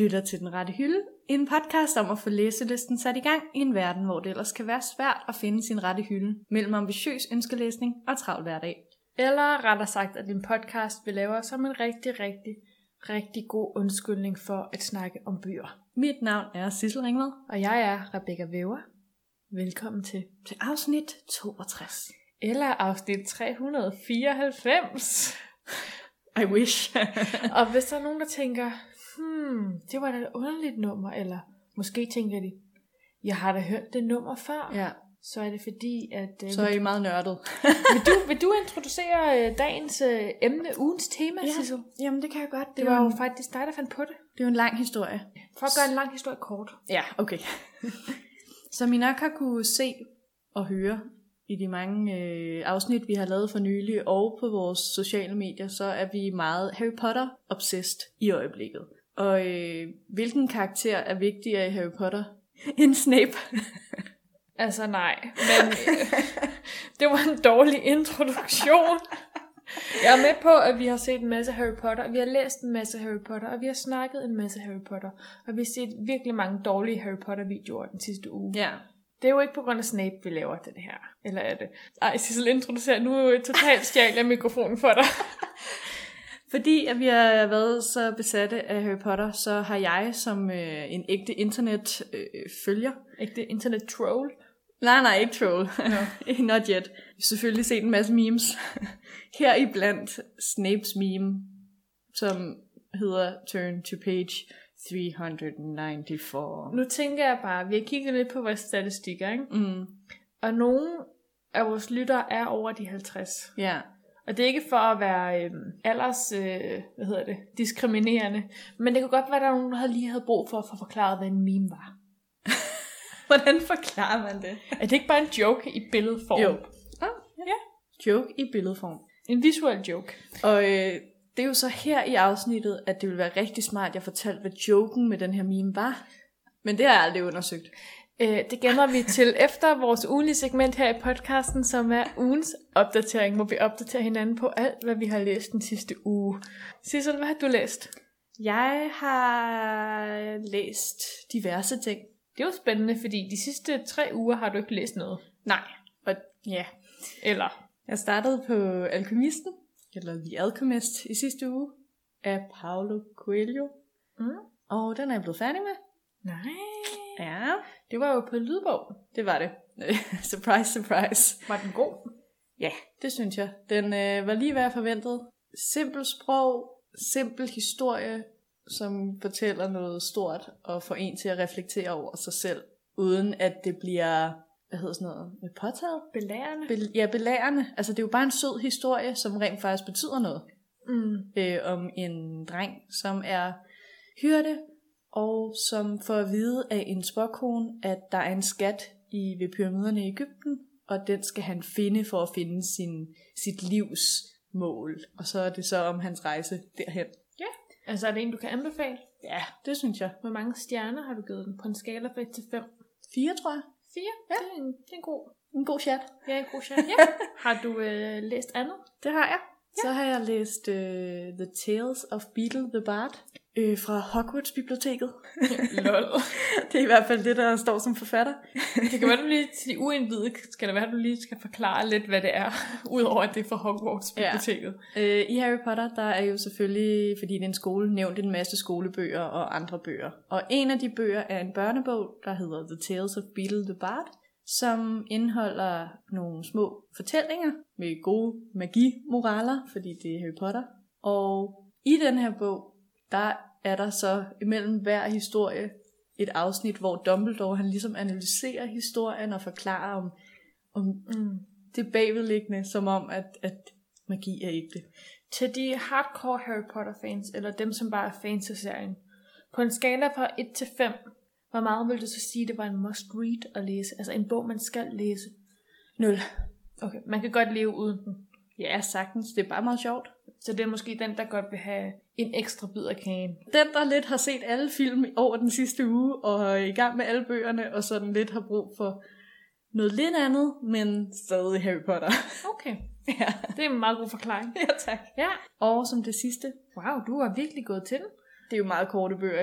lytter til Den Rette Hylde, en podcast om at få læselisten sat i gang i en verden, hvor det ellers kan være svært at finde sin rette hylde mellem ambitiøs ønskelæsning og travl hverdag. Eller rettere sagt, at din podcast vil lave som en rigtig god undskyldning for at snakke om bøger. Mit navn er Sissel Ringvad, Og jeg er Rebecca Væver. Velkommen til afsnit 62. Eller afsnit 394. I wish. Og hvis der er nogen, der tænker, det var da et underligt nummer, eller måske tænker de, jeg har da hørt det nummer før, Ja, så er det fordi, at... så er I meget nørdet. vil du introducere dagens emne, ugens tema, Sissel? Jamen det kan jeg godt. Det var jo faktisk dig, der fandt på det. Det er jo en lang historie. For at gøre en lang historie kort. Ja, okay. Som I nok har kunne se og høre i de mange afsnit, vi har lavet for nylig, og på vores sociale medier, så er vi meget Harry Potter-obsessed i øjeblikket. Og hvilken karakter er vigtigere i Harry Potter end Snape? Altså nej, men det var en dårlig introduktion. Jeg er med på, at vi har set en masse Harry Potter, vi har læst en masse Harry Potter, og vi har snakket en masse Harry Potter, og vi har set virkelig mange dårlige Harry Potter-videoer den sidste uge. Ja. Det er jo ikke på grund af Snape, vi laver det her. Eller er det? Ej, Sissel, introducerer nu totalt stjal jeg mikrofonen for dig. Fordi at vi har været så besatte af Harry Potter, så har jeg som en ægte internet-følger... Ægte internet-troll? Nej, ikke troll. No. Not yet. Selvfølgelig set en masse memes. Her i blandt Snapes meme, som hedder Turn to page 394. Nu tænker jeg bare, vi har kigget lidt på vores statistikker, ikke? Mm. Og nogle af vores lyttere er over de 50. Ja. Og det er ikke for at være diskriminerende. Men det kunne godt være, at der var nogen, der lige havde brug for at få forklaret, hvad en meme var. Hvordan forklarer man det? Er det ikke bare en joke i billedform? Jo. Ja. Joke i billedform. En visuel joke. Og det er jo så her i afsnittet, at det ville være rigtig smart, at jeg fortalte, hvad joken med den her meme var. Men det har jeg aldrig undersøgt. Det gemmer vi til efter vores ugenlige segment her i podcasten, som er ugens opdatering, hvor vi opdaterer hinanden på alt, hvad vi har læst den sidste uge. Sissel, hvad har du læst? Jeg har læst diverse ting. Det er jo spændende, fordi de sidste 3 uger har du ikke læst noget. Nej, og ja. Eller? Jeg startede på Alkymisten, eller The Alchemist, i sidste uge, af Paulo Coelho. Mm. Og den er jeg blevet færdig med. Nej. Ja. Det var jo på lydbog. Det var det. Surprise, surprise. Var den god? Ja, det synes jeg. Den var lige hvad jeg forventede. Simpel sprog, simpel historie, som fortæller noget stort og får en til at reflektere over sig selv, uden at det bliver, hvad hedder sådan noget, med påtaget? Belærende. Belærende. Altså det er jo bare en sød historie, som rent faktisk betyder noget. Om en dreng, som er hyrde, og som får at vide af en spåkone, at der er en skat ved pyramiderne i Egypten, og den skal han finde for at finde sit livs mål. Og så er det så om hans rejse derhen. Ja. Altså er det en, du kan anbefale? Ja, det synes jeg. Hvor mange stjerner har du givet den på en skala fra 1 til 5? 4, tror jeg. 4? Ja. Det er en god. En god chat. Ja, en god chat. Ja. Har du læst andet? Det har jeg. Ja. Så har jeg læst The Tales of Beetle the Bard fra Hogwarts biblioteket. Lol. Det er i hvert fald det, der står som forfatter. Det kan være, du lige til de uindvidede, skal det være, at du lige skal forklare lidt, hvad det er, udover at det er fra Hogwarts biblioteket. Ja. I Harry Potter, der er jo selvfølgelig, fordi det er en skole, nævnt en masse skolebøger og andre bøger. Og en af de bøger er en børnebog, der hedder The Tales of Beetle the Bard, som indeholder nogle små fortællinger med gode magimoraler, fordi det er Harry Potter. Og i den her bog, der er der så imellem hver historie et afsnit, hvor Dumbledore han ligesom analyserer historien og forklarer om det bagvedliggende, som om at magi er ægte. Til de hardcore Harry Potter fans, eller dem som bare er fans af serien, på en skala fra 1 til 5, hvor meget vil du så sige, det var en must read at læse? Altså en bog, man skal læse? 0. Okay, man kan godt leve uden den. Ja, sagtens. Det er bare meget sjovt. Så det er måske den, der godt vil have en ekstra bid af kagen. Den, der lidt har set alle film over den sidste uge, og er i gang med alle bøgerne, og sådan lidt har brug for noget lidt andet, men stadig Harry Potter. Okay. Ja. Det er en meget god forklaring. Ja, tak. Ja. Og som det sidste. Wow, du har virkelig gået til den. Det er jo meget korte bøger,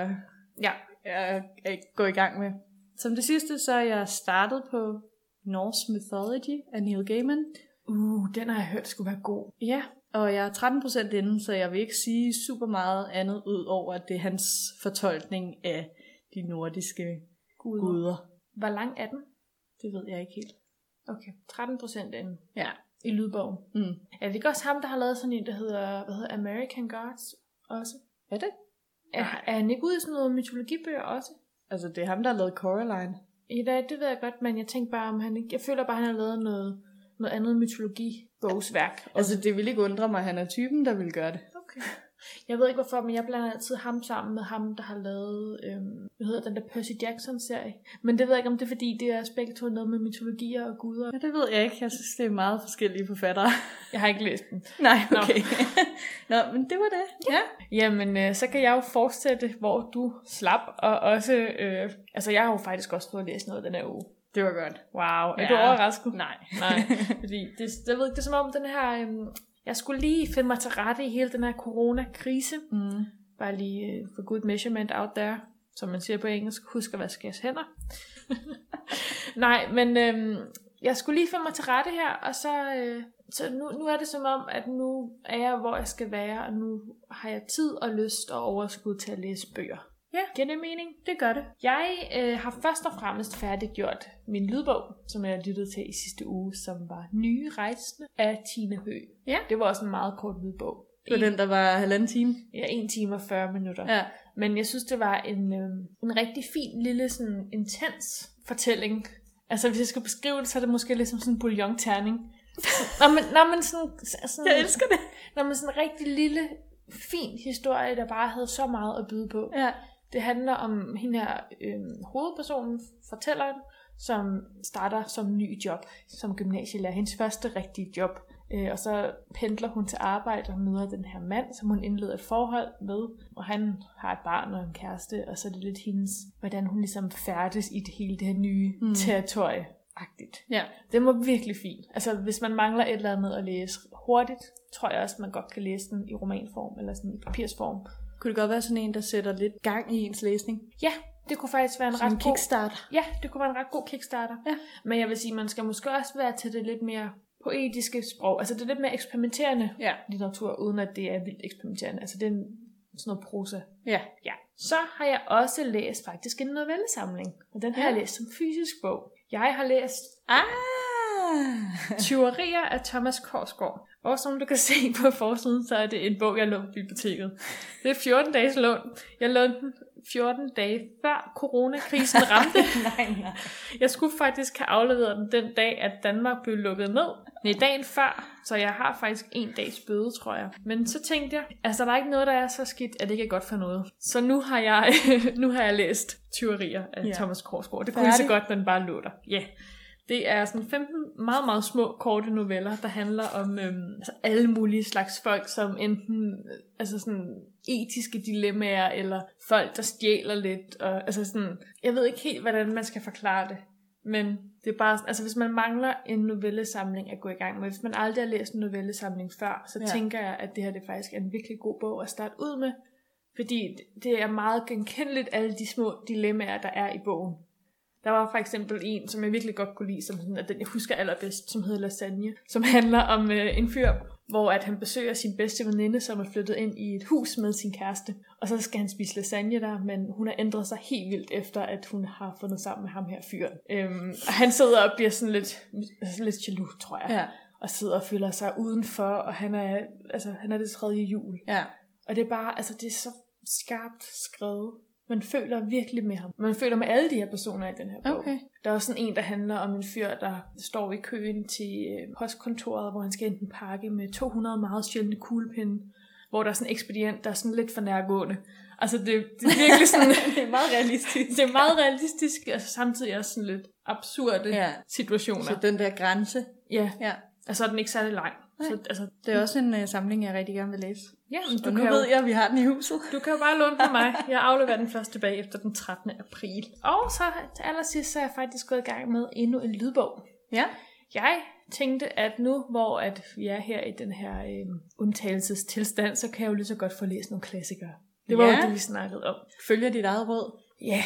jeg går i gang med. Som det sidste, så er jeg startet på Norse Mythology af Neil Gaiman. Den har jeg hørt skulle være god. Ja, og jeg er 13% inde, så jeg vil ikke sige super meget andet ud over, at det er hans fortolkning af de nordiske guder. Hvor lang er den? Det ved jeg ikke helt. Okay, 13% inde. Ja. I lydbogen. Mm. Er det ikke også ham, der har lavet sådan en, der hedder American Gods også? Er det? Er han ikke ude i sådan noget mytologibøger også? Altså, det er ham, der har lavet Coraline. Ja, det ved jeg godt, men jeg tænker bare, om han ikke... Jeg føler bare, han har lavet noget andet mytologi-bogsværk. Altså, det vil ikke undre mig, at han er typen, der vil gøre det. Okay. Jeg ved ikke hvorfor, men jeg blander altid ham sammen med ham, der har lavet, hvad hedder den der Percy Jackson-serie. Men det ved jeg ikke, om det er fordi, det er begge to noget med mytologier og guder. Ja, det ved jeg ikke. Jeg synes, det er meget forskellige forfattere. Jeg har ikke læst den. Nej, okay. Nå, men det var det. Ja. Jamen, så kan jeg jo fortsætte, hvor du slap, og også, altså jeg har jo faktisk også fået læst noget den her uge. Det var godt. Wow, er du overrasket? Nej. Fordi jeg ved ikke, det er som om den her... Jeg skulle lige finde mig til rette i hele den her coronakrise. Bare lige for good measurement out there, som man siger på engelsk. Husk at vaske jeres hænder. Nej, men jeg skulle lige finde mig til rette her, og så nu er det som om, at nu er jeg, hvor jeg skal være, og nu har jeg tid og lyst og overskud til at læse bøger. Ja. Giver det mening? Det gør det. Jeg har først og fremmest færdiggjort min lydbog, som jeg lyttede til i sidste uge, som var Nye Rejsende af Tine Høgh. Ja. Det var også en meget kort lydbog. Det var den, der var 1,5 time. Ja, 1 time og 40 minutter. Ja. Men jeg synes, det var en rigtig fin, lille, sådan intens fortælling. Altså, hvis jeg skal beskrive det, så er det måske ligesom sådan en bouillon-terning. Nå, men sådan... Jeg elsker det. Nå, men sådan en rigtig lille, fin historie, der bare havde så meget at byde på. Ja. Det handler om hende her hovedpersonen, fortælleren, som starter som ny job, som gymnasielærer. Hendes første rigtige job. Og så pendler hun til arbejde og møder den her mand, som hun indleder et forhold med. Og han har et barn og en kæreste, og så er det lidt hendes, hvordan hun ligesom færdes i hele det her nye territorie-agtigt. Ja. Det var virkelig fint. Altså, hvis man mangler et eller andet at læse hurtigt, tror jeg også, man godt kan læse den i romanform, eller sådan i papirsform. Kunne det godt være sådan en, der sætter lidt gang i ens læsning? Ja, det kunne faktisk være en sådan ret en kickstarter. Ja, det kunne være en ret god kickstarter. Ja. Men jeg vil sige, man skal måske også være til det lidt mere poetiske sprog. Altså det er lidt mere eksperimenterende litteratur, uden at det er vildt eksperimenterende. Altså det er sådan noget prosa. Ja. Så har jeg også læst faktisk en novellesamling. Og den har jeg læst som fysisk bog. Jeg har læst Tyverier af Thomas Korsgaard. Og som du kan se på forsiden, så er det en bog, jeg lånte på biblioteket. Det er 14 dages lån. Jeg lånte den 14 dage før coronakrisen ramte. Nej. Jeg skulle faktisk have afleveret den den dag, at Danmark blev lukket ned. Nej, dagen før. Så jeg har faktisk 1 dags bøde, tror jeg. Men så tænkte jeg, altså der er ikke noget, der er så skidt, at det ikke er godt for noget. Så nu har jeg læst Tyverier af Thomas Korsgaard. Det kunne lige så godt, når den bare lå der. Ja. Det er sådan 15 meget, meget små, korte noveller, der handler om alle mulige slags folk, som enten sådan etiske dilemmaer, eller folk, der stjæler lidt. Og, altså sådan, jeg ved ikke helt, hvordan man skal forklare det. Men det er bare, altså hvis man mangler en novellesamling at gå i gang med, hvis man aldrig har læst en novellesamling før, så tænker jeg, at det her det faktisk er en virkelig god bog at starte ud med. Fordi det er meget genkendeligt, alle de små dilemmaer, der er i bogen. Der var for eksempel en, som jeg virkelig godt kunne lide, som sådan, at den jeg husker allerbedst, som hedder Lasagne, som handler om en fyr, hvor at han besøger sin bedste veninde, som er flyttet ind i et hus med sin kæreste. Og så skal han spise lasagne der, men hun har ændret sig helt vildt efter, at hun har fundet sammen med ham her fyren. Og han sidder og bliver sådan lidt jaloux, tror jeg. Ja. Og sidder og føler sig udenfor, og han er det 3. jul. Ja. Og det er bare, det er så skarpt skrevet. Man føler virkelig med ham. Man føler med alle de her personer i den her bog. Okay. Der er også sådan en, der handler om en fyr, der står i køen til postkontoret, hvor han skal enten pakke med 200 meget sjældne kuglepinde, hvor der er sådan en ekspedient, der er sådan lidt for nærgående. Altså det er virkelig sådan... det er meget realistisk. Det er meget realistisk, altså samtidig også sådan lidt absurde situationer. Så den der grænse. Ja. Altså er den ikke særlig lang. Så, det er også en samling, jeg rigtig gerne vil læse. Ja, og nu ved jeg, at vi har den i huset. Du kan jo bare låne den mig. Jeg afleverer den først tilbage efter den 13. april. Og så til allersidst, så er jeg faktisk gået i gang med endnu en lydbog. Ja. Jeg tænkte, at nu, hvor at vi er her i den her undtagelsestilstand, så kan jeg jo lige så godt få læst nogle klassikere. Det var jo det, vi snakkede om. Følger dit eget råd? Ja,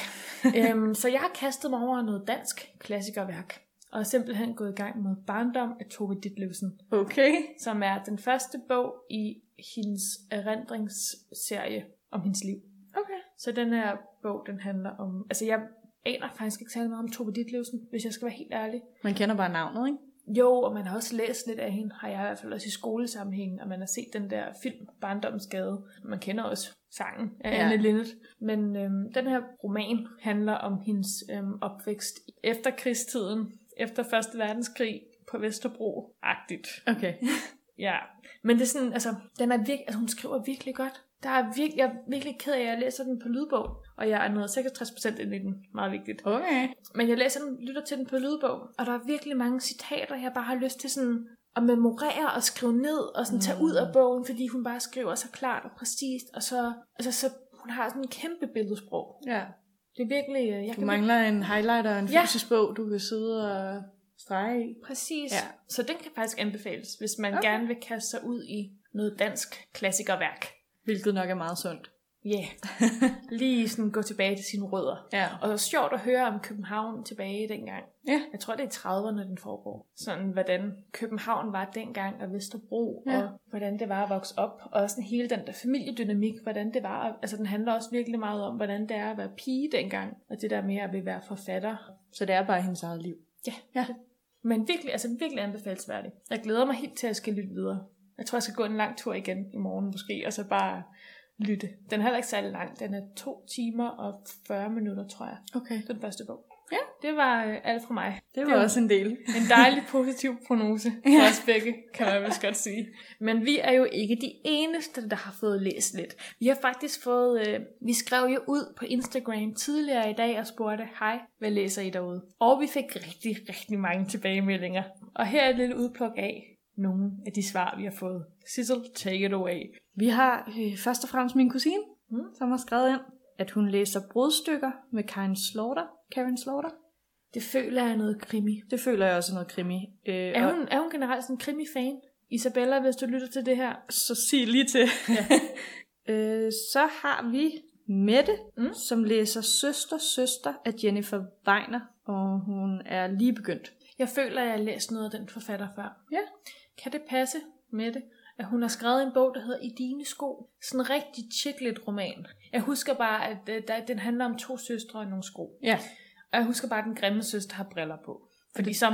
så jeg har kastet mig over noget dansk klassikerværk, og er simpelthen gået i gang med Barndom af Tove Ditlevsen. Okay. Som er den første bog i hendes erindringsserie om hendes liv. Okay. Så den her bog, den handler om... Altså, jeg aner faktisk ikke særlig meget om Tove Ditlevsen, hvis jeg skal være helt ærlig. Man kender bare navnet, ikke? Jo, og man har også læst lidt af hende, har jeg i hvert fald også i skolesammenhæng, og man har set den der film, Barndommens Gade. Man kender også sangen af Anne Linnet. Men den her roman handler om hendes opvækst efter krigstiden, efter 1. verdenskrig på Vesterbro-agtigt. Okay. Ja, men det er sådan, altså, hun skriver virkelig godt. Jeg er virkelig ked af, at jeg læser den på lydbog, og jeg er nået 66% ind i den. Meget vigtigt. Okay. Men jeg lytter til den på lydbog, og der er virkelig mange citater, jeg bare har lyst til sådan at memorere og skrive ned, og sådan tage ud af bogen, fordi hun bare skriver så klart og præcist, og så hun har sådan en kæmpe billedsprog. Ja. Det er virkelig... Du mangler en highlighter og en fysisk bog, du kan sidde og strege i. Præcis. Ja. Så den kan faktisk anbefales, hvis man gerne vil kaste sig ud i noget dansk klassikerværk. Hvilket nok er meget sundt. Ja, lige sådan gå tilbage til sine rødder. Ja. Og det er sjovt at høre om København tilbage dengang. Ja. Jeg tror, det er 30'erne, den foregår. Sådan, hvordan København var dengang, og Vesterbro, og hvordan det var at vokse op. Og sådan hele den der familiedynamik, hvordan det var. Altså, den handler også virkelig meget om, hvordan det er at være pige dengang. Og det der med at være forfatter. Så det er bare hendes eget liv. Ja. Men virkelig anbefalesværdigt. Jeg glæder mig helt til, at jeg skal lytte videre. Jeg tror, jeg skal gå en lang tur igen i morgen måske, og så bare lytte. Den er heller ikke særlig lang. Den er 2 timer og 40 minutter, tror jeg. Okay. Den første bog. Ja, det var alt fra mig. Det var også en del. En dejlig positiv prognose for os begge, kan man vist godt sige. Men vi er jo ikke de eneste, der har fået læst lidt. Vi har faktisk fået... vi skrev jo ud på Instagram tidligere i dag og spurgte, hej, hvad læser I derude? Og vi fik rigtig, rigtig mange tilbagemeldinger. Og her er et lille udpluk af nogle af de svar, vi har fået. Sissel, take it away. Vi har først og fremmest min kusine, som har skrevet ind, at hun læser Brudstykker med Karen Slaughter. Det føler jeg er noget krimi. Det føler jeg også er noget krimi. Er hun generelt sådan en krimi-fan? Isabella, hvis du lytter til det her. Så sig lige til. Ja. Så har vi Mette, som læser Søster af Jennifer Weiner, og hun er lige begyndt. Jeg føler, at jeg har læst noget af den forfatter før. Ja. Kan det passe, Mette, at hun har skrevet en bog, der hedder I dine sko? Sådan en rigtig chicklet roman. Jeg husker bare, at den handler om 2 søstre og nogle sko. Ja. Og jeg husker bare, at den grimme søster har briller på. Fordi så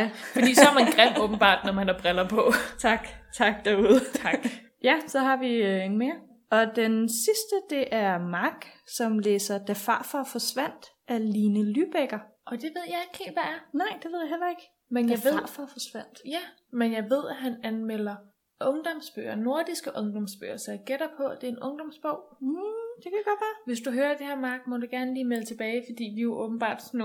er man grim åbenbart, når man har briller på. Tak derude. Tak. Ja, så har vi en mere. Og den sidste, det er Mark, som læser Da farfar forsvandt af Line Lübecker. Og det ved jeg ikke helt, hvad er. Nej, det ved jeg heller ikke. Men Da farfar forsvandt. Ja, men jeg ved, at han anmelder ungdomsbøger, nordiske ungdomsbøger, så jeg gætter på, at det er en ungdomsbog. Det kan godt være. Hvis du hører det her, Mark, må du gerne lige melde tilbage, fordi vi er jo åbenbart sådan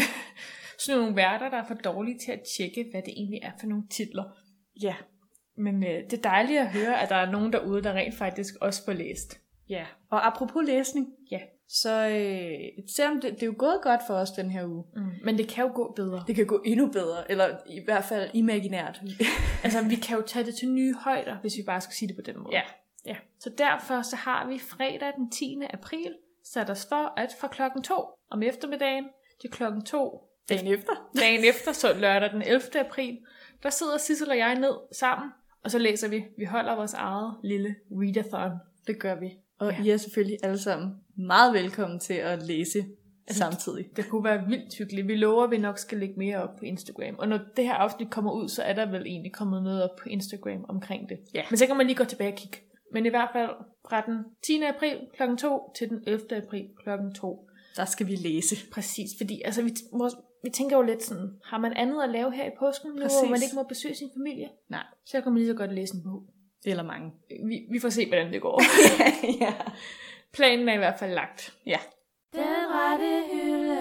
nogle værter, der er for dårlige til at tjekke, hvad det egentlig er for nogle titler. Ja. Men det er dejligt at høre, at der er nogen derude, der rent faktisk også får læst. Ja, og apropos læsning, så selvom det er jo gået godt for os den her uge. Men det kan jo gå bedre. Det kan gå endnu bedre, eller i hvert fald imaginært. Altså, vi kan jo tage det til nye højder, hvis vi bare skal sige det på den måde. Ja. Så derfor så har vi fredag den 10. april sat os for, at fra 2:00 om eftermiddagen til 2:00 dagen efter, så lørdag den 11. april, der sidder Sissel og jeg ned sammen, og så læser vi. Vi holder vores eget lille readathon. Det gør vi. Og I er selvfølgelig alle sammen meget velkommen til at læse samtidig. Det kunne være vildt hyggeligt. Vi lover, at vi nok skal lægge mere op på Instagram. Og når det her afsnit kommer ud, så er der vel egentlig kommet noget op på Instagram omkring det. Ja. Men så kan man lige gå tilbage og kigge. Men i hvert fald fra den 10. april 2:00 til den 11. april 2:00. Der skal vi læse. Præcis, fordi altså, vi tænker jo lidt sådan, har man andet at lave her i påsken, nu hvor man ikke må besøge sin familie? Nej. Så kan man lige så godt læse en bog. Eller mange. Vi får se, hvordan det går. Ja. Planen er i hvert fald lagt. Ja. Den rette hylde.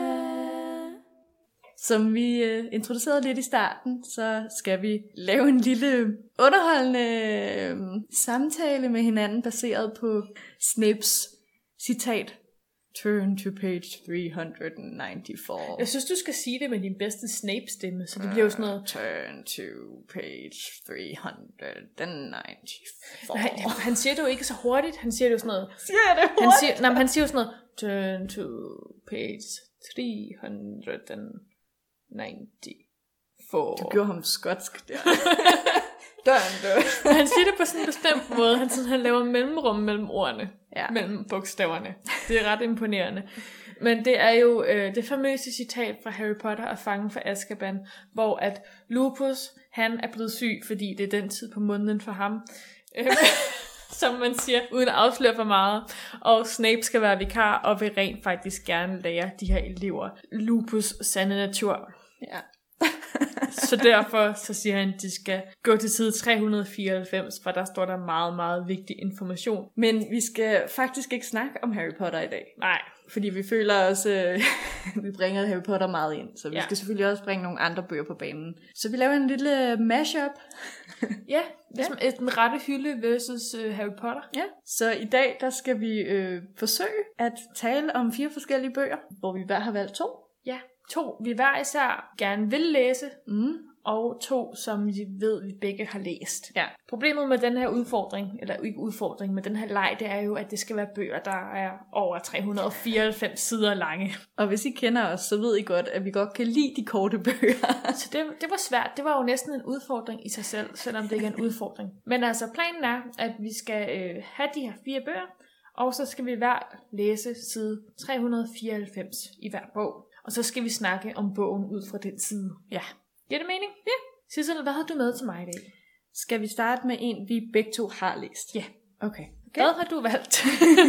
Som vi introducerede lidt i starten, så skal vi lave en lille underholdende samtale med hinanden, baseret på Snapes citat. Turn to page 394. Jeg synes, du skal sige det med din bedste Snape-stemme, så det bliver jo sådan noget... Turn to page 394. Nej, han siger det jo ikke så hurtigt. Han siger det jo sådan noget... Siger jeg det hurtigt? Han siger jo sådan noget... Turn to page 394. Du gjorde ham skotsk der. Han siger det på sådan en bestemt måde. Han laver mellemrum mellem ordene. Ja. Mellem bogstaverne. Det er ret imponerende. Men det er jo det famøse citat fra Harry Potter og Fangen fra Azkaban, hvor at Lupus, han er blevet syg, fordi det er den tid på måneden for ham. Som man siger, uden at afsløre for meget. Og Snape skal være vikar, og vil rent faktisk gerne lære de her elever Lupus sande natur. Ja. Så derfor så siger han, at de skal gå til side 394, for der står der meget, meget vigtig information. Men vi skal faktisk ikke snakke om Harry Potter i dag. Nej. Fordi vi føler også, vi bringer Harry Potter meget ind. Så vi skal selvfølgelig også bringe nogle andre bøger på banen. Så vi laver en lille mashup. Ja, ligesom en rette hylde versus Harry Potter. Ja. Så i dag, der skal vi forsøge at tale om 4 forskellige bøger, hvor vi hver har valgt 2. Ja, 2 vi hver især gerne vil læse, og 2 som vi ved, vi begge har læst. Ja. Problemet med den her udfordring, eller ikke udfordring, men den her leg, det er jo, at det skal være bøger, der er over 394 sider lange. Og hvis I kender os, så ved I godt, at vi godt kan lide de korte bøger. Så det var svært. Det var jo næsten en udfordring i sig selv, selvom det ikke er en udfordring. Men altså, planen er, at vi skal have de her 4 bøger, og så skal vi hver læse side 394 i hver bog. Og så skal vi snakke om bogen ud fra den side. Ja. Giver det mening? Ja. Sissel, hvad har du med til mig i dag? Skal vi starte med en, vi begge 2 har læst? Ja. Okay. Hvad har du valgt?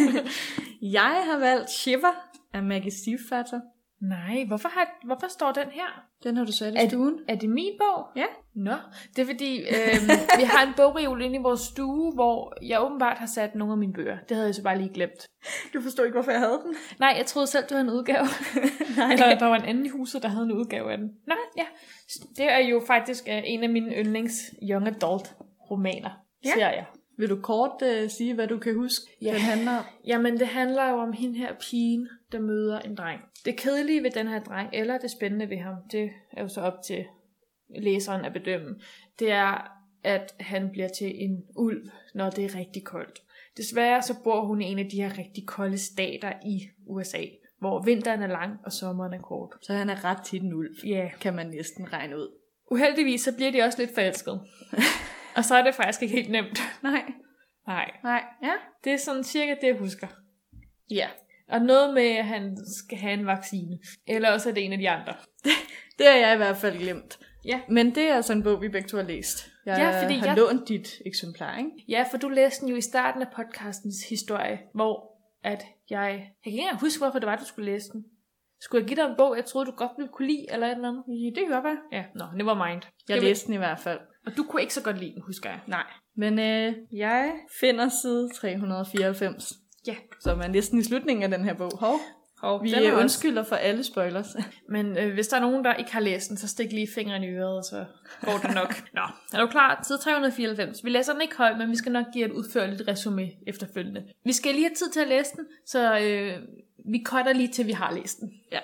Jeg har valgt Shiver af Maggie Stiefvater. Nej, hvorfor står den her? Den har du sat i stuen. Er det min bog? Ja. Nå, det er fordi, vi har en bogreol inde i vores stue, hvor jeg åbenbart har sat nogle af mine bøger. Det havde jeg så bare lige glemt. Du forstår ikke, hvorfor jeg havde den? Nej, jeg troede selv, du havde en udgave. Nej. Eller der var en anden i huset, der havde en udgave af den. Nå, ja. Det er jo faktisk en af mine yndlings young adult romaner, serier. Vil du kort sige, hvad du kan huske, den handler om? Jamen, det handler jo om hende her pigen, der møder en dreng. Det kedelige ved den her dreng, eller det spændende ved ham, det er jo så op til læseren at bedømme, det er, at han bliver til en ulv, når det er rigtig koldt. Desværre så bor hun i en af de her rigtig kolde stater i USA, hvor vinteren er lang og sommeren er kort. Så han er ret tit en ulv, kan man næsten regne ud. Uheldigvis så bliver de også lidt forelsket. Og så er det faktisk ikke helt nemt. Nej. Ja. Det er sådan cirka det, jeg husker. Ja. Og noget med, at han skal have en vaccine. Eller også er det en af de andre. Det har jeg i hvert fald glemt. Ja. Men det er altså en bog, vi begge to har læst. Jeg har lånt dit eksemplar, ikke? Ja, for du læste den jo i starten af podcastens historie, hvor at jeg kan ikke engang huske, hvorfor det var, du skulle læse den. Skulle jeg give dig en bog, jeg troede, du godt ville kunne lide, eller et eller andet? Ja, det kan godt være. Ja, never mind. Jeg læste den i hvert fald. Og du kunne ikke så godt lide den, husker jeg. Nej. Men jeg finder side 394. Ja. Som er næsten i slutningen af den her bog. Vi undskylder for alle spoilers. Men hvis der er nogen, der ikke har læst den, så stik lige fingeren i øret, så går det nok. Nå, er du klar? Side 394. Vi læser den ikke højt, men vi skal nok give et udførligt resumé efterfølgende. Vi skal lige have tid til at læse den, så vi cutter lige til vi har læst den. Ja.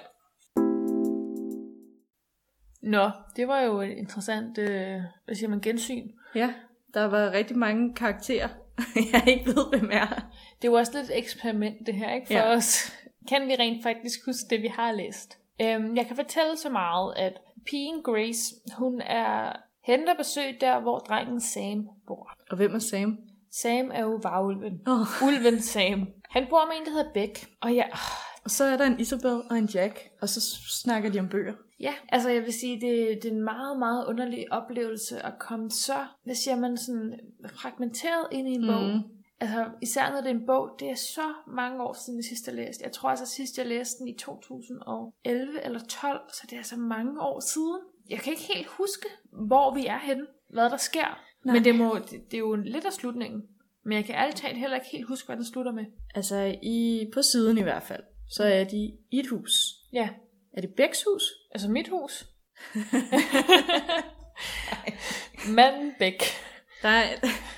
Nå, det var jo et interessant, gensyn. Ja, der var rigtig mange karakterer, jeg ikke ved, hvem er. Det var også lidt et eksperiment, det her, ikke? For os. Kan vi rent faktisk huske det, vi har læst? Jeg kan fortælle så meget, at pigen Grace, hun er henter besøg der, hvor drengen Sam bor. Og hvem er Sam? Sam er jo varulven. Ulven Sam. Han bor med en, der hedder Beck. Og så er der en Isabel og en Jack, og så snakker de om bøger. Ja, altså jeg vil sige, det er en meget, meget underlig oplevelse at komme så, hvad siger man, sådan fragmenteret ind i en bog. Altså især når det er en bog, det er så mange år siden jeg sidst har læst. Jeg tror altså sidst jeg læste den i 2011 eller 12, så det er så mange år siden. Jeg kan ikke helt huske, hvor vi er henne, hvad der sker. Nej. Men det er jo lidt af slutningen. Men jeg kan ærligt talt heller ikke helt huske, hvad den slutter med. Altså på siden i hvert fald, så er de i et hus. Ja. Er det Becks hus? Altså mit hus? Manden Beck.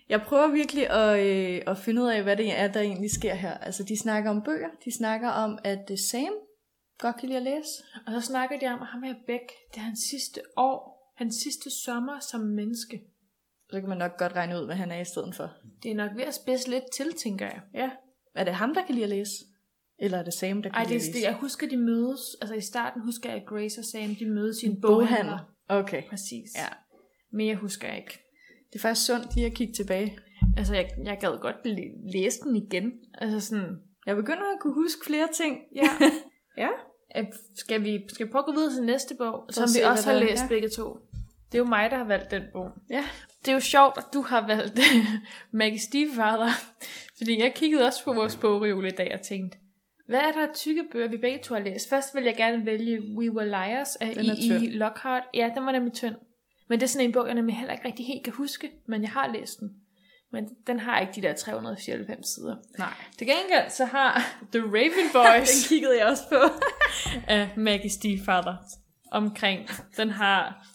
Jeg prøver virkelig at finde ud af, hvad det er, der egentlig sker her. Altså, de snakker om bøger. De snakker om, at Sam godt kan lide at læse. Og så snakker de om, at ham her Beck, det er hans sidste år, hans sidste sommer som menneske. Så kan man nok godt regne ud, hvad han er i stedet for. Det er nok ved at spidse lidt til, tænker jeg. Ja. Er det ham, der kan lide at læse? Eller er det Sam, der kan lide at læse? Jeg husker, de mødes. Altså i starten husker jeg, at Grace og Sam, de mødes i en boghandel. boghandler. Okay. Præcis. Ja. Men jeg husker ikke. Det er faktisk sundt lige at kigge tilbage. Altså, jeg gad godt læse den igen. Altså sådan... Jeg begynder at kunne huske flere ting. Ja. Ja. Skal vi prøve at gå videre til næste bog, som vi også har læst begge to? Det er jo mig, der har valgt den bog. Ja. Det er jo sjovt, at du har valgt Maggie Stiefvater. Fordi jeg kiggede også på vores bogreol i dag og tænkte, hvad er der tykke bøger, vi begge to har læst? Først vil jeg gerne vælge We Were Liars af E.E. Lockhart. Ja, den var nemlig tynd. Men det er sådan en bog, jeg nemlig heller ikke rigtig helt kan huske, men jeg har læst den. Men den har ikke de der 394 sider. Nej. Til gengæld så har The Raven Boys, den kiggede jeg også på, af Maggie Stiefvater omkring. Den har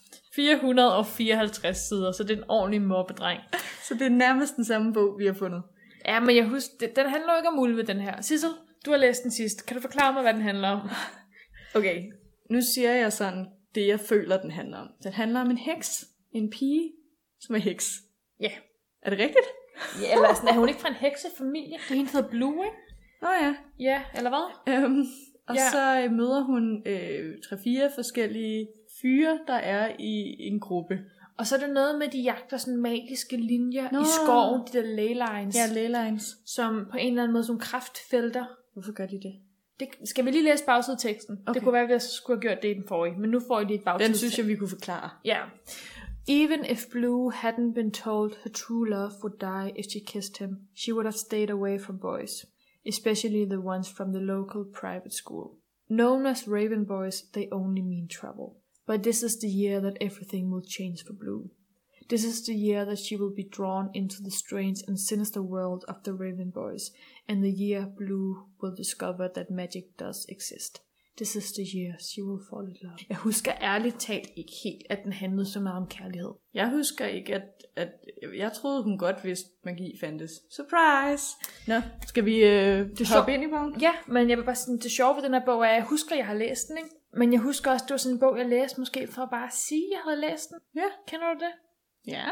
454 sider, så det er en ordentlig mobbedreng. Så det er nærmest den samme bog, vi har fundet. Ja, men jeg husker, den handler jo ikke om ulve, den her. Sissel, du har læst den sidst. Kan du forklare mig, hvad den handler om? Okay, nu siger jeg sådan det, jeg føler, den handler om. Den handler om en heks. En pige, som er heks. Ja. Yeah. Er det rigtigt? Ja, eller sådan, er hun ikke fra en heksefamilie? Det er hende, der hedder Blue, ikke? Nå ja. Ja, eller hvad? Og så møder hun 3-4 forskellige fyre, der er i en gruppe. Og så er det noget med, de jagter sådan magiske linjer i skoven, de der ley lines. Ja, ley lines. Som på en eller anden måde som kraftfelter. Hvorfor gør de det? Det skal vi lige læse bagsideteksten. Okay. Det kunne være, at jeg skulle have gjort det i den forrige, men nu får I lige et bagsidetekst. Den synes jeg, vi kunne forklare. Ja. Even if Blue hadn't been told her true love would die if she kissed him, she would have stayed away from boys, especially the ones from the local private school. Known as Raven Boys, they only mean trouble. But this is the year that everything will change for Blue. This is the year that she will be drawn into the strange and sinister world of the Raven Boys, and the year Blue will discover that magic does exist. This is the year she will fall in love. Jeg husker ærligt talt ikke helt, at den handlede så meget om kærlighed. Jeg husker ikke, at jeg troede, hun godt vidste, magi fandtes. Surprise! Nå, skal vi hoppe ind i bogen? Ja, men jeg vil bare sige, det sjove ved den her bog er, at jeg husker, at jeg har læst den, ikke? Men jeg husker også, at det var sådan en bog, jeg læste måske for at bare sige, at jeg havde læst den. Ja. Kender du det? Ja.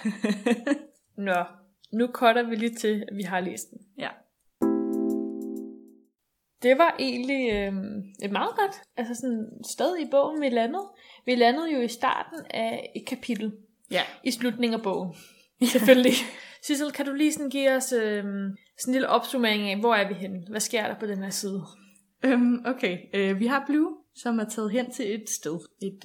Nå, nu cutter vi lige til, at vi har læst den. Ja. Det var egentlig et meget godt, altså sådan sted i bogen, vi landede. Vi landede jo i starten af et kapitel. Ja. I slutningen af bogen. Selvfølgelig. Sissel, kan du lige sådan give os sådan en lille opsummering af, hvor er vi henne? Hvad sker der på den her side? Okay, vi har Blue, som er taget hen til et sted.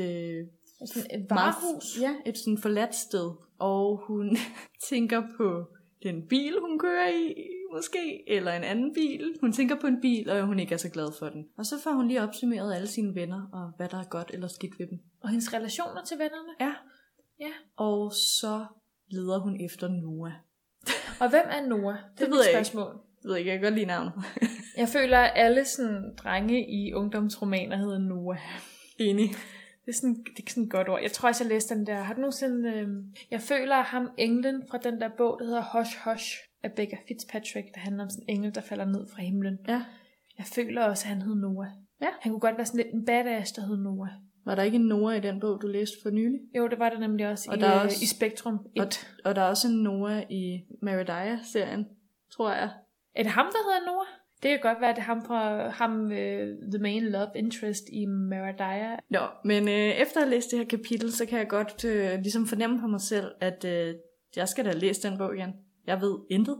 Et varehus? Ja, et sådan forladt sted. Og hun tænker på den bil, hun kører i, måske, eller en anden bil. Hun tænker på en bil, og hun ikke er så glad for den. Og så får hun lige opsummeret alle sine venner, og hvad der er godt eller skidt ved dem. Og hendes relationer til vennerne? Ja. Ja. Og så leder hun efter Noah. Og hvem er Noah? Det er et spørgsmål. Jeg ved ikke, jeg kan godt lide navnet. Jeg føler, at alle sådan drenge i ungdomsromaner hedder Noah. Enig. Det er sådan et godt ord. Jeg tror også, jeg læste den der. Har du nogensinde... Jeg føler, at ham englen fra den der bog, der hedder Hush Hush, af Becca Fitzpatrick, der handler om sådan en engel, der falder ned fra himlen. Ja. Jeg føler også, at han hed Noah. Ja. Han kunne godt være sådan lidt en badass, der hed Noah. Var der ikke en Noah i den bog, du læste for nylig? Jo, det var der nemlig også, i Spektrum 1. Og der er også en Noah i Meridiah-serien, tror jeg. Er det ham, der hedder Noah? Det kan godt være, at det er ham fra the main love interest i Meridiah. Nå, men efter at have læst det her kapitel, så kan jeg godt ligesom fornemme på mig selv, at jeg skal da læse den bog igen. Jeg ved intet.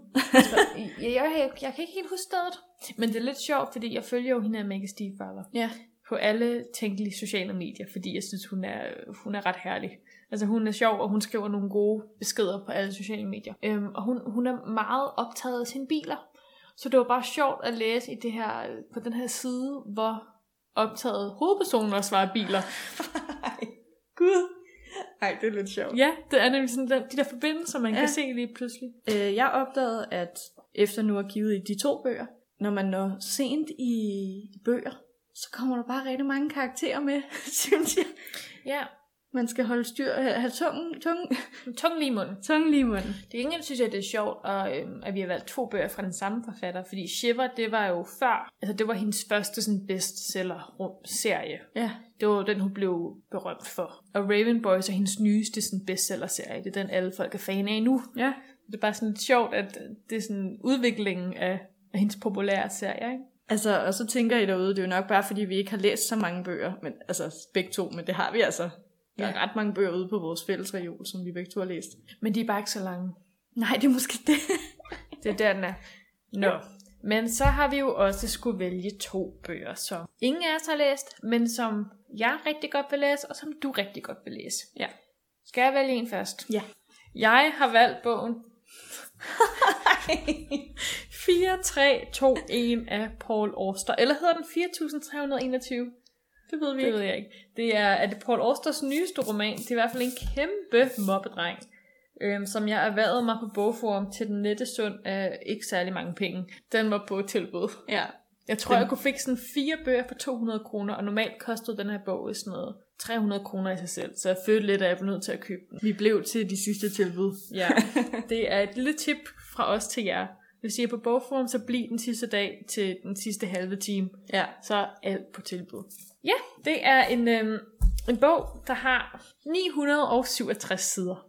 jeg kan ikke helt huske stedet. Men det er lidt sjovt, fordi jeg følger jo hende af Maggie Stiefvater. Ja. På alle tænkelige sociale medier, fordi jeg synes, hun er ret herlig. Altså hun er sjov, og hun skriver nogle gode beskeder på alle sociale medier. Og hun er meget optaget af sine biler. Så det var bare sjovt at læse i det her, på den her side, hvor optaget hovedpersonen også var af biler. Gud. Ej, det er lidt sjovt. Ja, det er nemlig sådan de der forbindelser, man kan se lige pludselig. Jeg opdagede, at efter nu at kigge i de 2 bøger, når man når sent i bøger, så kommer der bare rigtig mange karakterer med, synes jeg. Ja, Man skal holde styr, have Tung lige i munden. tungen lige i munden. Det ingen synes jeg, det er sjovt, at vi har valgt 2 bøger fra den samme forfatter, fordi Shiver, det var jo før, altså det var hendes første sådan bestseller-serie. Ja. Det var den, hun blev berømt for. Og Raven Boys er hendes nyeste sådan bestseller-serie. Det er den, alle folk er fan af nu. Ja. Det er bare sådan lidt sjovt, at det er sådan udviklingen af hendes populære serie, ikke? Altså, og så tænker I derude, det er jo nok bare, fordi vi ikke har læst så mange bøger, men, altså begge to, men det har vi altså. Der er ret mange bøger ude på vores fælles reol, som vi begge to har læst. Men de er bare ikke så lange. Nej, det er måske det. Det er der, den er. Nå. Men så har vi jo også skulle vælge 2 bøger, som ingen af os har læst, men som jeg rigtig godt vil læse, og som du rigtig godt vil læse. Ja. Skal jeg vælge en først? Ja. Jeg har valgt bogen 4321 af Paul Auster. Eller hedder den 4321? Det ved vi Det ikke. ved jeg ikke. Det er det Paul Austers nyeste roman. Det er i hvert fald en kæmpe mobbedreng, som jeg erhvervede mig på Bogforum til den nette sund af ikke særlig mange penge. Den var på tilbud. Ja. Jeg tror, jeg kunne fik sådan 4 bøger for 200 kroner, og normalt kostede den her bog sådan noget 300 kroner i sig selv, så jeg følte lidt, at jeg blev nødt til at købe den. Vi blev til de sidste tilbud. Ja, det er et lille tip fra os til jer. Hvis I er på Bogforum, så bliv den sidste dag til den sidste halve time. Ja. Så er alt på tilbud. Ja, det er en bog, der har 967 sider.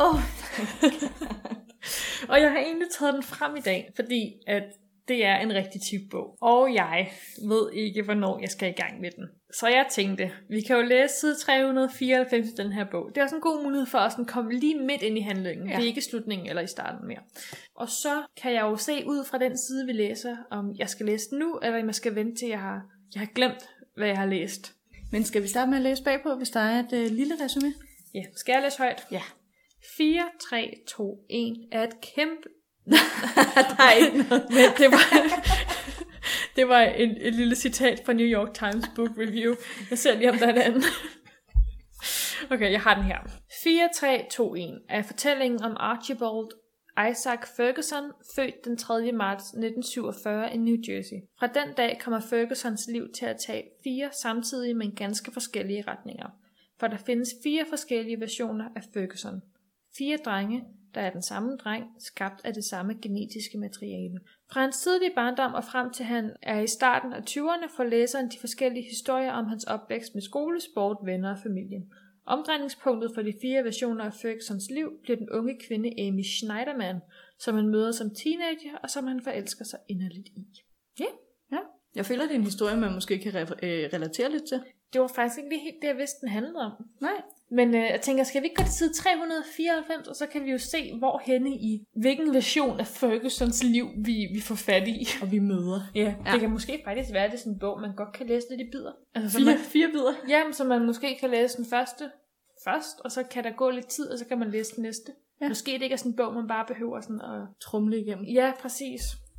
Og jeg har egentlig taget den frem i dag, fordi at det er en rigtig tyk bog. Og jeg ved ikke, hvornår jeg skal i gang med den. Så jeg tænkte, vi kan jo læse side 394 i den her bog. Det er også en god mulighed for os at komme lige midt ind i handlingen. Ja. Det er ikke slutningen eller i starten mere. Og så kan jeg jo se ud fra den side, vi læser, om jeg skal læse den nu, eller om jeg skal vente til, jeg har glemt, hvad jeg har læst. Men skal vi starte med at læse bagpå, hvis der er et lille resume? Ja, skal jeg læse højt? Ja. 4, 3, 2, 1 er et kæmpe... Der er ikke noget. Men det var et lille citat fra New York Times Book Review. Jeg ser lige, om der er en anden. Okay, jeg har den her. 4, 3, 2, 1 er fortællingen om Archibald Isaac Ferguson, født den 3. marts 1947 i New Jersey. Fra den dag kommer Fergusons liv til at tage 4 samtidige, men ganske forskellige retninger. For der findes 4 forskellige versioner af Ferguson. 4 drenge, der er den samme dreng, skabt af det samme genetiske materiale. Fra hans tidlige barndom og frem til han er i starten af 20'erne, får læseren de forskellige historier om hans opvækst med skole, sport, venner og familien. Omdrejningspunktet for de 4 versioner af Fergusons liv bliver den unge kvinde Amy Schneiderman, som han møder som teenager og som han forelsker sig inderligt i. Ja. Jeg føler, det er en historie, man måske kan relatere lidt til. Det var faktisk ikke lige helt det, jeg vidste, den handlede om. Nej. Men jeg tænker, skal vi ikke gå til side 394, og så kan vi jo se, hvor henne i hvilken version af Fergusons liv, vi får fat i. Og vi møder. Ja, det kan måske faktisk være, det er sådan en bog, man godt kan læse lidt i bidder. Altså, 4 bidder? Jamen, så man måske kan læse den første først, og så kan der gå lidt tid, og så kan man læse den næste. Ja. Måske det ikke er sådan en bog, man bare behøver sådan at trumle igennem. Ja, præcis.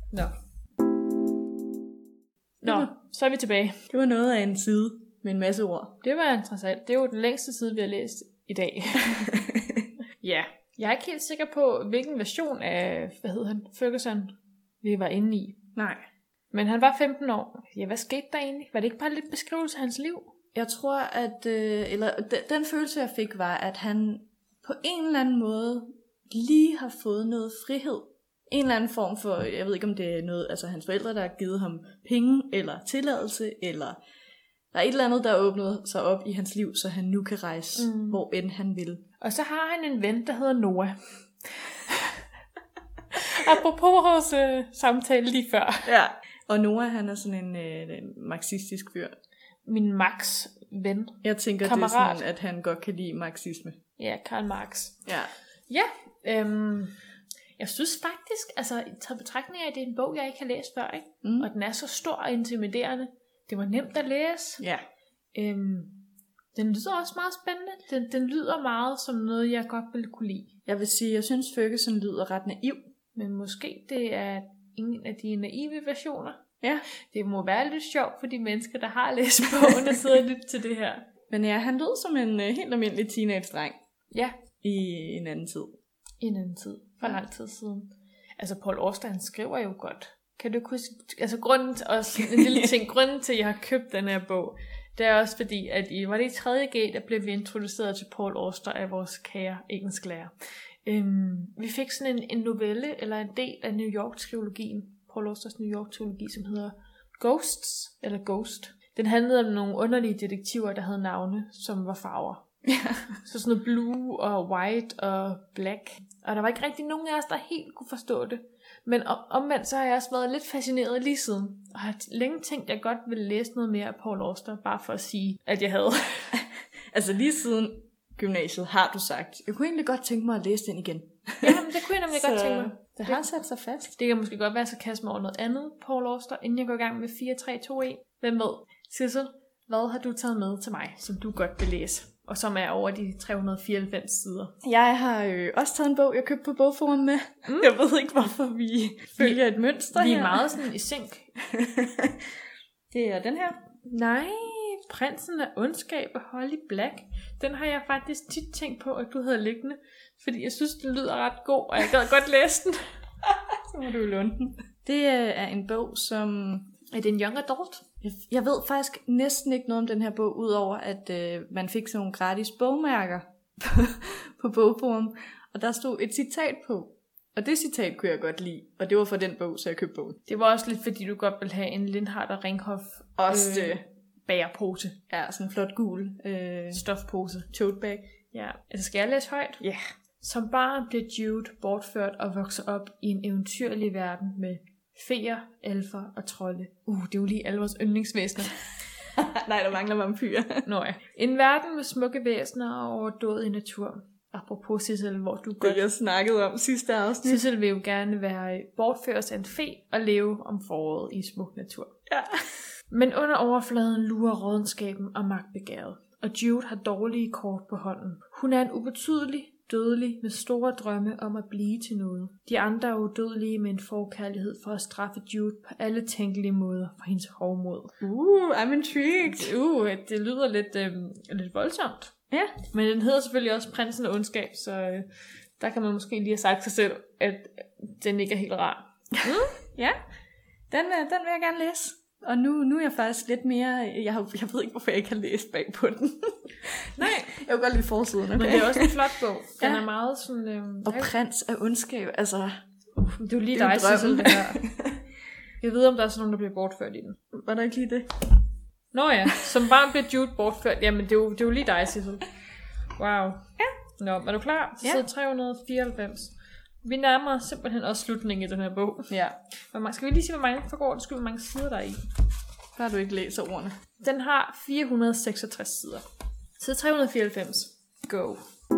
Nå, så er vi tilbage. Det var noget af en side med en masse ord. Det var interessant. Det er jo den længste side, vi har læst i dag. Ja. Jeg er ikke helt sikker på, hvilken version af, Ferguson, vi var inde i. Nej. Men han var 15 år. Ja, hvad skete der egentlig? Var det ikke bare lidt beskrivelse af hans liv? Jeg tror, at den følelse, jeg fik, var, at han på en eller anden måde lige har fået noget frihed. En eller anden form for, jeg ved ikke om det er noget, altså hans forældre, der har givet ham penge eller tilladelse, eller der er et eller andet, der er åbnet sig op i hans liv, så han nu kan rejse, hvor end han vil. Og så har han en ven, der hedder Noah. Apropos vores samtale lige før. Ja, og Noah, han er sådan en marxistisk fyr. Min Max ven. Jeg tænker, kammerat. Det er sådan, at han godt kan lide marxisme. Ja, Karl Marx. Ja. Ja, jeg synes faktisk, altså taget betragtning af, at det er en bog, jeg ikke har læst før, ikke? Og den er så stor og intimiderende. Det var nemt at læse. Ja. Den lyder også meget spændende. Den lyder meget som noget, jeg godt ville kunne lide. Jeg vil sige, jeg synes Ferguson lyder ret naiv. Men måske det er en af de naive versioner. Ja. Det må være lidt sjovt for de mennesker, der har læst bogen og sidder lidt til det her. Men ja, han lød som en helt almindelig teenage-dreng. Ja. I en anden tid. I en anden tid. For lang tid siden. Altså Paul Auster, han skriver jo godt. Kan du huske, altså grunden til, også en lille ting, grunden til, at jeg har købt den her bog, Det er også fordi, at var det i 3.G, der blev vi introduceret til Paul Auster af vores kære engelsklærer. Vi fik sådan en novelle, eller en del af New York-trilogien, Paul Austers New York-trilogi, som hedder Ghosts, eller Ghost. Den handlede om nogle underlige detektiver, der havde navne, som var farver. Så sådan noget blue og white og black. Og der var ikke rigtig nogen af os, der helt kunne forstå det. Men omvendt så har jeg også været lidt fascineret lige siden. Og har længe tænkt, at jeg godt ville læse noget mere af Paul Auster, bare for at sige, at jeg havde. Altså lige siden gymnasiet har du sagt, jeg kunne egentlig godt tænke mig at læse den igen. Jamen, det kunne jeg nemlig godt tænke mig. Det har sat sig fast. Det kan måske godt være, så kaste mig over noget andet, Paul Auster, inden jeg går i gang med 4, 3, 2, 1. Hvem ved? Sissel, hvad har du taget med til mig, som du godt vil læse? Og som er over de 394 sider. Jeg har også taget en bog, jeg købte på Bogforum med. Jeg ved ikke, hvorfor vi følger et mønster her. Vi er meget sådan i synk. Det er den her. Nej, Prinsen af ondskab af Holly Black. Den har jeg faktisk tit tænkt på, at du havde liggende. Fordi jeg synes, den lyder ret god, og jeg gad godt læse den. Så må du jo låne den. Det er en bog, som... Er det en young adult? Jeg ved faktisk næsten ikke noget om den her bog, udover at man fik sådan nogle gratis bogmærker på Bogforum. Og der stod et citat på. Og det citat kunne jeg godt lide. Og det var fra den bog, så jeg købte bogen. Det var også lidt, fordi du godt ville have en Lindhardt og Ringhof bærepose. Ja, sådan en flot gul stofpose. Tote bag. Ja, altså skal jeg læse højt? Ja. Yeah. Som barn blev Jude bortført og vokser op i en eventyrlig verden med feer, elfer og trolde. Det er jo lige alle vores yndlingsvæsener. Nej, der mangler vampyrer. Nå ja. En verden med smukke væsener og overdådig natur. Apropos Sissel, hvor du godt... Det jeg snakkede om sidste afsnit. Sissel vil jo gerne være bortført af en fe og leve om foråret i smuk natur. Ja. Men under overfladen lurer rådenskaben og magtbegæret. Og Jude har dårlige kort på hånden. Hun er en ubetydelig, dødelig med store drømme om at blive til noget. De andre er udødelige med en forkærlighed for at straffe Jude på alle tænkelige måder for hendes hovmod. I'm intrigued. Det lyder lidt voldsomt. Ja. Men den hedder selvfølgelig også Prinsen af ondskab, så der kan man måske lige have sagt sig selv, at den ikke er helt rar. Ja, den vil jeg gerne læse. Og nu er jeg faktisk lidt mere... Jeg ved ikke, hvorfor jeg ikke har læst bag på den. Nej, jeg vil godt lide forsiden. Okay? Men det er også en flot bog. Den er meget sådan... Og Prins af ondskab, altså... det er jo lige dig, Sissel, det her. Jeg ved, om der er sådan nogen, der bliver bortført i den. Var der ikke lige det? Nå ja, som barn bliver Jude bortført. Jamen, det er jo lige dig, Sissel. Wow. Ja. Nå, er du klar? Så sidder 394. Vi nærmer simpelthen også slutningen i den her bog. Ja. Skal vi lige sige, hvor mange sider der er i? Før du ikke læser ordene. Den har 466 sider. Side 394. Go.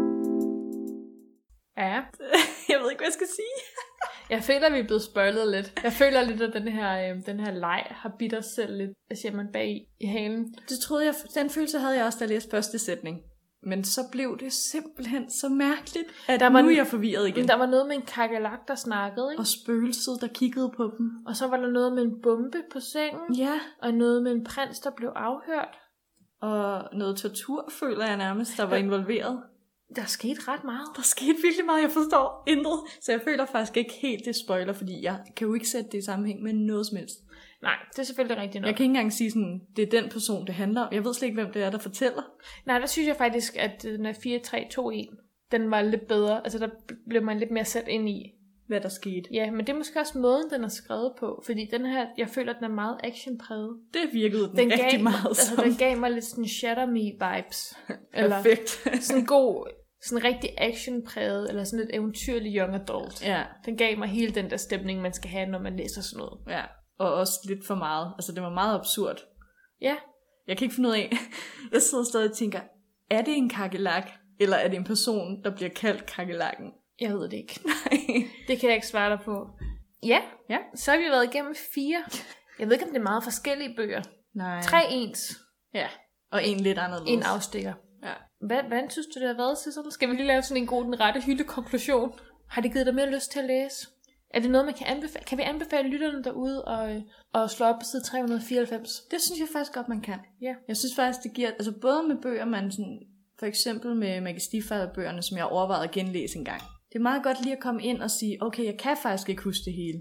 Ja. Jeg ved ikke, hvad jeg skal sige. Jeg føler, at vi er blevet spoilet lidt. Jeg føler lidt, at den her leg har bidt os selv lidt, bag i halen. Det troede jeg, den følelse havde jeg også, da jeg læste første sætning. Men så blev det simpelthen så mærkeligt, at nu er jeg forvirret igen. Der var noget med en kakerlak, der snakkede, ikke? Og spøgelset, der kiggede på dem. Og så var der noget med en bombe på sengen. Ja. Og noget med en prins, der blev afhørt. Og noget tortur, føler jeg nærmest, der var involveret. Der skete ret meget. Der skete virkelig meget, jeg forstår intet. Så jeg føler faktisk ikke helt det spoiler, fordi jeg kan jo ikke sætte det i sammenhæng med noget som helst. Nej, det er selvfølgelig rigtigt nok. Jeg kan ikke engang sige sådan, det er den person, det handler om. Jeg ved slet ikke, hvem det er, der fortæller. Nej, der synes jeg faktisk, at den er 4, 3, 2, 1. Den var lidt bedre. Altså, der blev man lidt mere sat ind i, hvad der skete. Ja, men det er måske også måden, den er skrevet på. Fordi den her, jeg føler, at den er meget actionpræget. Det virkede den rigtig meget som. Den gav mig lidt sådan Shatter Me vibes. Perfekt. Eller sådan god, sådan rigtig actionpræget, eller sådan lidt eventyrlig young adult. Ja. Den gav mig hele den der stemning, man skal have, når man læser sådan noget. Ja, og også lidt for meget. Altså, det var meget absurd. Ja. Jeg kan ikke finde ud af, jeg sidder stadig og tænker, er det en kakelak, eller er det en person, der bliver kaldt kakelakken? Jeg ved det ikke. Nej. Det kan jeg ikke svare dig på. Ja, så har vi været igennem 4. Jeg ved ikke, om det er meget forskellige bøger. Nej. 3 ens. Ja, og en lidt anderledes. En afstikker. Ja. Hvad synes du, det har været, Sissel? Skal vi lige lave sådan en god, den rette hyldekonklusion? Har det givet dig mere lyst til at læse? Er det noget, man kan anbefale? Kan vi anbefale lytterne derude og slå op på side 394? Det synes jeg faktisk godt, man kan. Ja. Jeg synes faktisk, det giver... Altså både med bøger, man sådan... For eksempel med Maggie Stiefvater-bøgerne, som jeg overvejede at genlæse en gang. Det er meget godt lige at komme ind og sige, okay, jeg kan faktisk ikke huske det hele.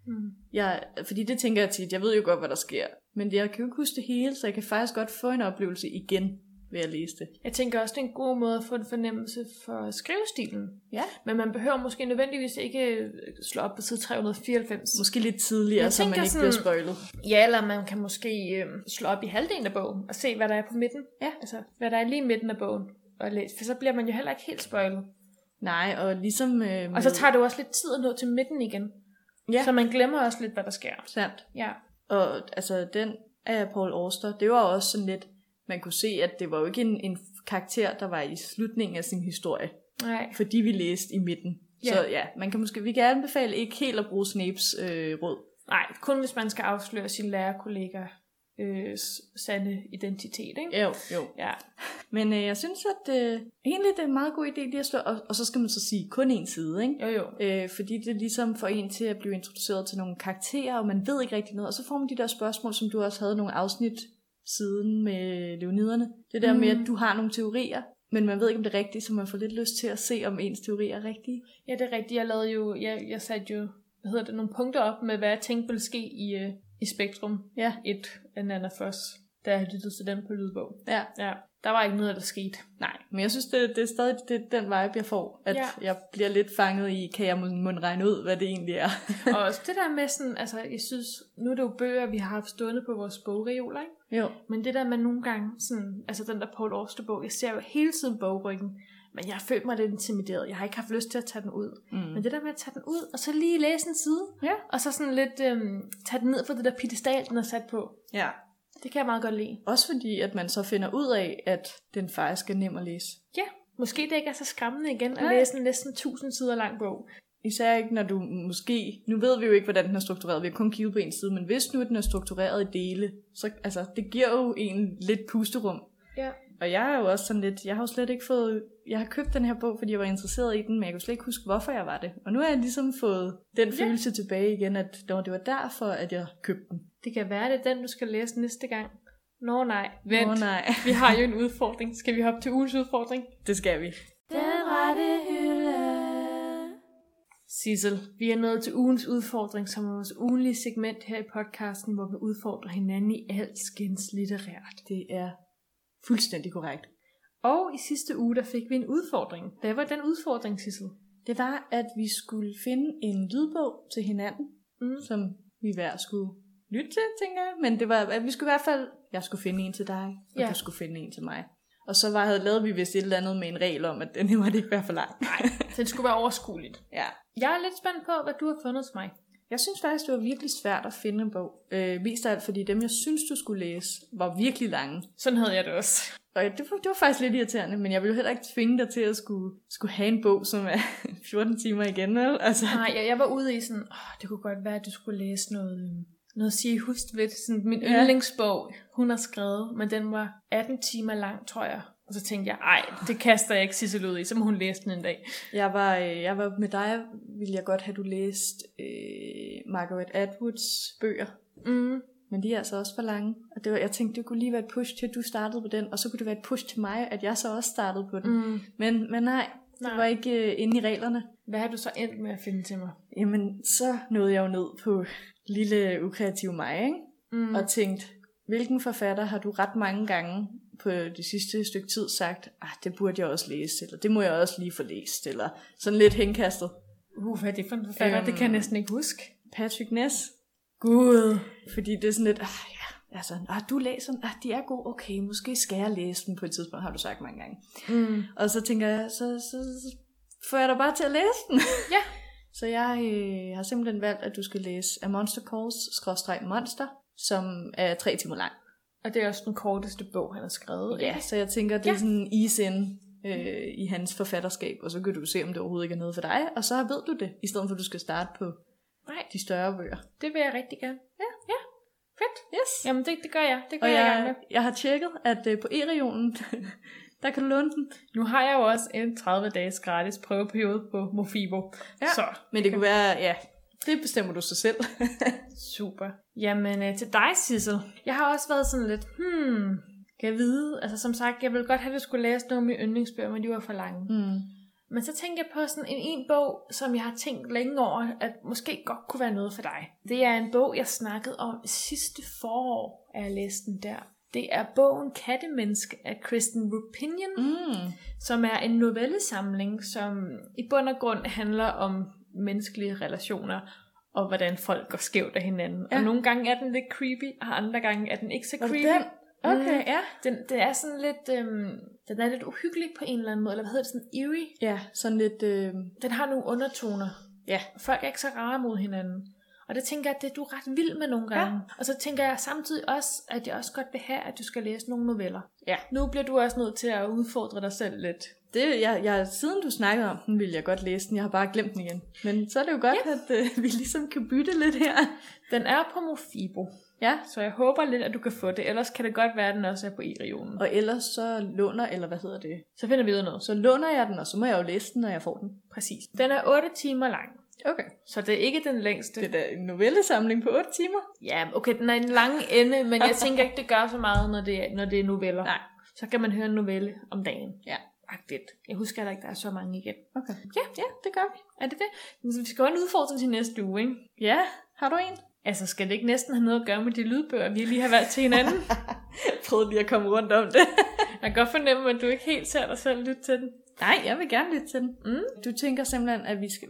Fordi det tænker jeg tit, jeg ved jo godt, hvad der sker. Men jeg kan jo ikke huske det hele, så jeg kan faktisk godt få en oplevelse igen ved at læse det. Jeg tænker også, det er en god måde at få en fornemmelse for skrivestilen. Ja. Men man behøver måske nødvendigvis ikke slå op på side 394. Måske lidt tidligere, så man ikke bliver spoilet. Ja, eller man kan måske slå op i halvdelen af bogen og se, hvad der er på midten. Ja. Altså, hvad der er lige i midten af bogen. Og læse, for så bliver man jo heller ikke helt spoilet. Nej, og ligesom... Og så tager det jo også lidt tid at nå til midten igen. Ja. Så man glemmer også lidt, hvad der sker. Sandt. Ja. Og altså, den af Paul Auster, det var også sådan lidt... Man kunne se, at det var jo ikke en karakter, der var i slutningen af sin historie. Nej. Fordi vi læste i midten. Ja. Så ja, vi kan anbefale ikke helt at bruge Snapes råd. Nej, kun hvis man skal afsløre sin lærerkollega sande identitet, ikke? Jo. Ja. Men jeg synes, at egentlig det er en meget god idé lige at slå, og så skal man så sige kun en side, ikke? Jo. Fordi det ligesom får en til at blive introduceret til nogle karakterer, og man ved ikke rigtig noget, og så får man de der spørgsmål, som du også havde nogle afsnit siden med Leoniderne. Det der med, at du har nogle teorier, men man ved ikke, om det er rigtigt, så man får lidt lyst til at se, om ens teorier er rigtige. Ja, det er rigtigt. Jeg lavede jo, jeg satte jo, nogle punkter op med, hvad jeg tænkte ville ske i Spektrum 1 af Nana Foss, da jeg lyttede til den på lydbog. Ja. Der var ikke noget, der skete. Nej, men jeg synes, det er stadig den vibe, jeg får. At jeg bliver lidt fanget i, kan jeg må regne ud, hvad det egentlig er. Og også det der med sådan, altså jeg synes, nu er det jo bøger, vi har haft stående på vores bogreoler, ikke? Jo. Men det der med nogle gange, sådan, altså den der Paul Auster bog, jeg ser jo hele tiden bogryggen, men jeg har følt mig lidt intimideret. Jeg har ikke haft lyst til at tage den ud. Men det der med at tage den ud, og så lige læse en side, og så sådan lidt tage den ned fra det der piedestal, den er sat på. Ja. Det kan jeg meget godt lide. Også fordi, at man så finder ud af, at den faktisk er nem at læse. Ja, måske det ikke er så skræmmende igen at læse en næsten 1000 sider lang bog. Især ikke, når du måske... Nu ved vi jo ikke, hvordan den er struktureret. Vi har kun kigget på en side, men hvis nu den er struktureret i dele, så altså, det giver jo en lidt pusterum. Ja. Og jeg er jo også sådan lidt... Jeg har jo slet ikke fået... Jeg har købt den her bog, fordi jeg var interesseret i den, men jeg kunne slet ikke huske, hvorfor jeg var det. Og nu har jeg ligesom fået den følelse tilbage igen, at det var derfor, at jeg købte den. Det kan være, det er den, du skal læse næste gang. Nå nej, vent. Nå nej. Vi har jo en udfordring. Skal vi hoppe til ugens udfordring? Det skal vi. Den rette hylde. Sissel, vi er nået til ugens udfordring, som er vores ugenlige segment her i podcasten, hvor vi udfordrer hinanden i alskens litterært. Det er fuldstændig korrekt. Og i sidste uge, der fik vi en udfordring. Hvad var den udfordring, Sissel? Det var, at vi skulle finde en lydbog til hinanden, som vi hver skulle lytte til, tænker jeg. Men det var, at vi skulle i hvert fald... Jeg skulle finde en til dig, og du skulle finde en til mig. Og så lavede vi vist et eller andet med en regel om, at den måtte ikke være for lang. Nej, den skulle være overskueligt. Ja. Jeg er lidt spændt på, hvad du har fundet til mig. Jeg synes faktisk, det var virkelig svært at finde en bog. Mest af alt, fordi dem, jeg synes, du skulle læse, var virkelig lange. Sådan havde jeg det også. Og det var faktisk lidt irriterende, men jeg ville jo heller ikke tvinge dig til at skulle have en bog, som er 14 timer igen, vel? Altså. Nej, jeg var ude i sådan, det kunne godt være, at du skulle læse noget Sige Hustvedt, sådan min yndlingsbog, hun har skrevet, men den var 18 timer lang, tror jeg. Og så tænkte jeg, det kaster jeg ikke Sissel ud i, så må hun læse den en dag. Jeg var med dig, ville jeg godt have, du læst Margaret Atwoods bøger. Men de er altså også for lange. Og jeg tænkte, det kunne lige være et push til, at du startede på den, og så kunne det være et push til mig, at jeg så også startede på den. Men nej, det var ikke inde i reglerne. Hvad har du så endt med at finde til mig? Jamen, så nåede jeg jo ned på lille ukreativ mig, ikke? Og tænkte, hvilken forfatter har du ret mange gange på det sidste stykke tid sagt, det burde jeg også læse, eller det må jeg også lige få læst, eller sådan lidt henkastet. Hvad er det for en forfatter? Det kan jeg næsten ikke huske. Patrick Ness. Gud. Fordi det er sådan lidt, du læser den, de er gode, okay, måske skal jeg læse den på et tidspunkt, har du sagt mange gange. Og så tænker jeg, så får jeg dig bare til at læse den. Ja. Så jeg har simpelthen valgt, at du skal læse A Monster Calls/Monster, som er 3 timer lang. Og det er også den korteste bog, han har skrevet. Ja, så jeg tænker, det er sådan en ease in i hans forfatterskab, og så kan du se, om det overhovedet ikke er noget for dig, og så ved du det, i stedet for at du skal starte på de større bøger. Det vil jeg rigtig gerne. Ja. Fedt. Yes. Jamen det gør jeg. Det gør og jeg i gang med. Jeg har tjekket, at på e-regionen, der kan du låne den. Nu har jeg jo også en 30-dages gratis prøveperiode på Mofibo. Ja, så men det kunne være, det bestemmer du så selv. Super. Jamen til dig, Sissel. Jeg har også været sådan lidt, kan jeg vide, altså som sagt, jeg ville godt have, at vi skulle læse nogle af mine yndlingsbøger, men de var for lange. Men så tænker jeg på sådan en bog, som jeg har tænkt længe over, at måske godt kunne være noget for dig. Det er en bog, jeg snakkede om sidste forår, at jeg læste den der. Det er bogen Kattemenneske af Kristen Rupinian, som er en novellesamling, som i bund og grund handler om menneskelige relationer, og hvordan folk går skævt af hinanden. Ja. Og nogle gange er den lidt creepy, og andre gange er den ikke så creepy. Okay, ja. Den er sådan lidt, den er lidt uhyggelig på en eller anden måde, eller hvad hedder det, sådan eerie? Ja, sådan lidt... Den har nogle undertoner. Ja. Folk er ikke så rare mod hinanden. Og det tænker jeg, at det er du ret vild med nogle gange. Ja. Og så tænker jeg samtidig også, at jeg også godt vil have, at du skal læse nogle noveller. Ja. Nu bliver du også nødt til at udfordre dig selv lidt. Siden du snakkede om den, ville jeg godt læse den. Jeg har bare glemt den igen. Men så er det jo godt, at vi ligesom kan bytte lidt her. Den er på Mofibo. Ja. Så jeg håber lidt, at du kan få det. Ellers kan det godt være, at den også er på e-regionen. Og ellers så låner, eller hvad hedder det? Så finder vi ud af noget. Så låner jeg den, og så må jeg jo læse den, når jeg får den. Præcis. Den er 8 timer lang. Okay. Så det er ikke den længste. Det er en novellesamling på 8 timer. Ja, okay, den er en lang ende, men jeg tænker ikke, det gør så meget, når det er noveller. Nej. Så kan man høre en novelle om dagen. Ja. Agtigt. Jeg husker heller ikke, der er så mange igen. Okay. Ja, det gør vi. Er det det? Vi skal have en udfordring til næste uge, ikke? Ja, har du en? Altså, skal det ikke næsten have noget at gøre med de lydbøger, vi lige har valgt til hinanden? Prøv lige at komme rundt om det. Jeg kan godt fornemme, at du ikke helt ser dig selv lytte til den. Nej, jeg vil gerne lytte til den. Du tænker simpelthen, at vi skal...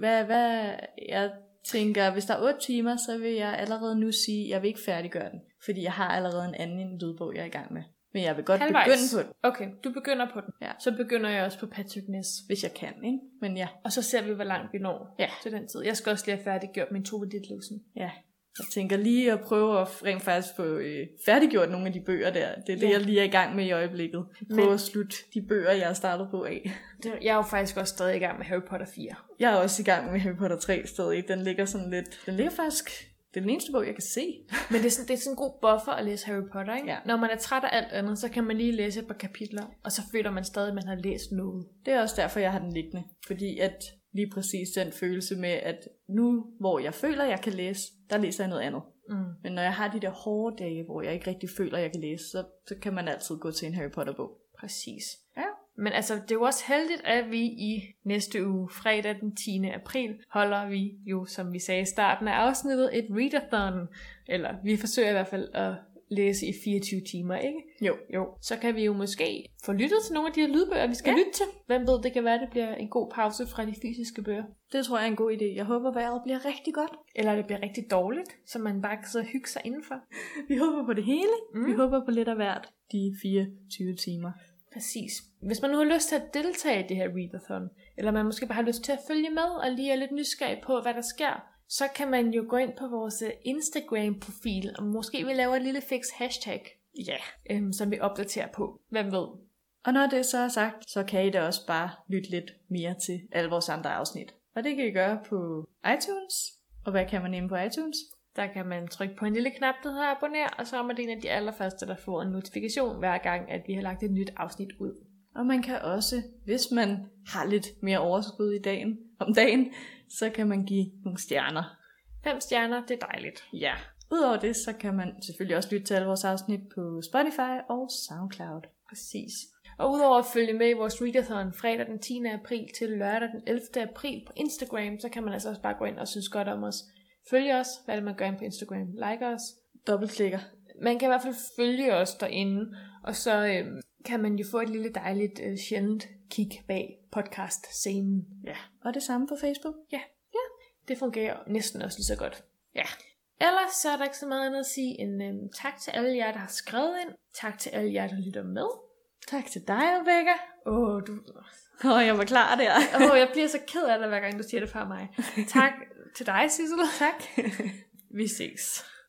Jeg tænker, hvis der er 8 timer, så vil jeg allerede nu sige, at jeg vil ikke færdiggøre den. Fordi jeg har allerede en anden lydbog, jeg er i gang med. Men jeg vil godt begynde på den. Okay, du begynder på den. Ja. Så begynder jeg også på Patrick Ness. Hvis jeg kan, ikke? Men ja. Og så ser vi, hvor langt vi når til den tid. Jeg skal også lige have færdiggjort min Tove Ditlevsen. Ja. Jeg tænker lige at prøve at rent faktisk få færdiggjort nogle af de bøger der. Det er det, jeg lige er i gang med i øjeblikket. Prøve at slutte de bøger, jeg har startet på af. Jeg er jo faktisk også stadig i gang med Harry Potter 4. Jeg er også i gang med Harry Potter 3 stadig. Den ligger sådan lidt... Den ligger faktisk... Det er den eneste bog, jeg kan se. Men det er sådan en god buffer at læse Harry Potter, ikke? Ja. Når man er træt af alt andet, så kan man lige læse et par kapitler, og så føler man stadig, at man har læst noget. Det er også derfor, jeg har den liggende. Fordi at lige præcis den følelse med, at nu, hvor jeg føler, jeg kan læse, der læser jeg noget andet. Men når jeg har de der hårde dage, hvor jeg ikke rigtig føler, jeg kan læse, så kan man altid gå til en Harry Potter-bog. Præcis. Ja. Men altså, det er jo også heldigt, at vi i næste uge, fredag den 10. april, holder vi jo, som vi sagde i starten af afsnittet, et readathon. Eller vi forsøger i hvert fald at læse i 24 timer, ikke? Jo. Så kan vi jo måske få lyttet til nogle af de her lydbøger, vi skal lytte til. Hvem ved, det kan være, det bliver en god pause fra de fysiske bøger. Det tror jeg er en god idé. Jeg håber, vejret bliver rigtig godt. Eller det bliver rigtig dårligt, så man bare kan sidde og hygge sig indenfor. Vi håber på det hele. Vi håber på lidt af hvert de 24 timer. Præcis. Hvis man nu har lyst til at deltage i det her readathon, eller man måske bare har lyst til at følge med og lige er lidt nysgerrig på, hvad der sker, så kan man jo gå ind på vores Instagram-profil, og måske vi laver et lille fix hashtag, som vi opdaterer på. Hvem ved? Og når det så er sagt, så kan I da også bare lytte lidt mere til alle vores andre afsnit. Og det kan I gøre på iTunes. Og hvad kan man inde på iTunes? Der kan man trykke på en lille knap, der hedder abonner, og så er man en af de allerførste, der får en notifikation hver gang, at vi har lagt et nyt afsnit ud. Og man kan også, hvis man har lidt mere overskud om dagen, så kan man give nogle stjerner. 5 stjerner, det er dejligt. Ja. Udover det, så kan man selvfølgelig også lytte til alle vores afsnit på Spotify og SoundCloud. Præcis. Og udover at følge med i vores readathon fredag den 10. april til lørdag den 11. april på Instagram, så kan man altså også bare gå ind og synes godt om os. Følg os, hvad man gør ind på Instagram. Like os. Dobbeltklikker. Man kan i hvert fald følge os derinde, og så kan man jo få et lille dejligt sjældent kig bag podcast-scenen. Ja, og det samme på Facebook. Ja, det fungerer næsten også lige så godt. Ja. Ellers så er der ikke så meget andet at sige end tak til alle jer, der har skrevet ind. Tak til alle jer, der lytter med. Tak til dig, Rebecca. Jeg var klar der. Jeg bliver så ked af det, hver gang du siger det fra mig. Tak til dig, Sissel. Tak. Vi ses.